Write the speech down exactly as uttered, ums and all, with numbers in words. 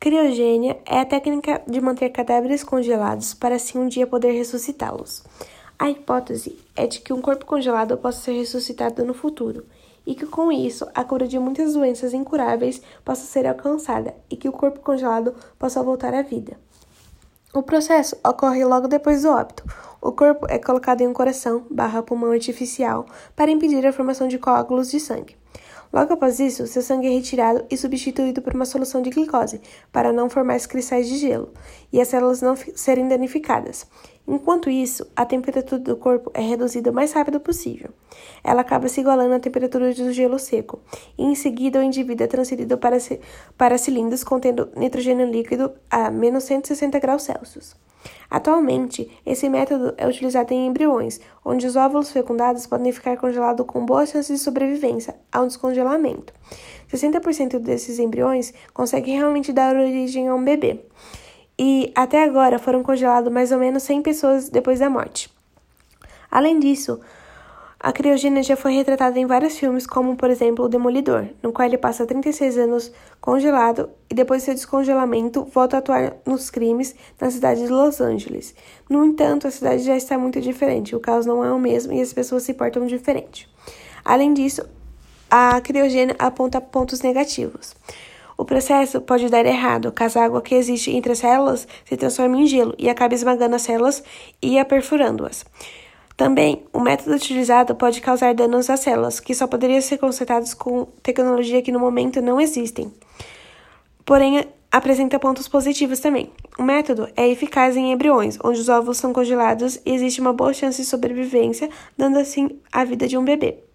Criogênia é a técnica de manter cadáveres congelados para assim um dia poder ressuscitá-los. A hipótese é de que um corpo congelado possa ser ressuscitado no futuro e que, com isso, a cura de muitas doenças incuráveis possa ser alcançada e que o corpo congelado possa voltar à vida. O processo ocorre logo depois do óbito. O corpo é colocado em um coração barra pulmão artificial para impedir a formação de coágulos de sangue. Logo após isso, seu sangue é retirado e substituído por uma solução de glicose, para não formar cristais de gelo, e as células não serem danificadas. Enquanto isso, a temperatura do corpo é reduzida o mais rápido possível. Ela acaba se igualando à temperatura do gelo seco, e em seguida o indivíduo é transferido para, para cilindros contendo nitrogênio líquido a menos cento e sessenta graus Celsius. Atualmente, esse método é utilizado em embriões, onde os óvulos fecundados podem ficar congelados com boas chances de sobrevivência ao descongelamento. sessenta por cento desses embriões conseguem realmente dar origem a um bebê. E, até agora, foram congeladas mais ou menos cem pessoas depois da morte. Além disso, a criogênia já foi retratada em vários filmes, como, por exemplo, O Demolidor, no qual ele passa trinta e seis anos congelado e, depois do seu descongelamento, volta a atuar nos crimes na cidade de Los Angeles. No entanto, a cidade já está muito diferente, o caos não é o mesmo e as pessoas se portam diferente. Além disso, a criogênia aponta pontos negativos. O processo pode dar errado, caso a água que existe entre as células se transforme em gelo e acabe esmagando as células e perfurando-as. Também, o método utilizado pode causar danos às células, que só poderiam ser consertados com tecnologia que no momento não existem. Porém, apresenta pontos positivos também. O método é eficaz em embriões, onde os óvulos são congelados e existe uma boa chance de sobrevivência, dando assim a vida de um bebê.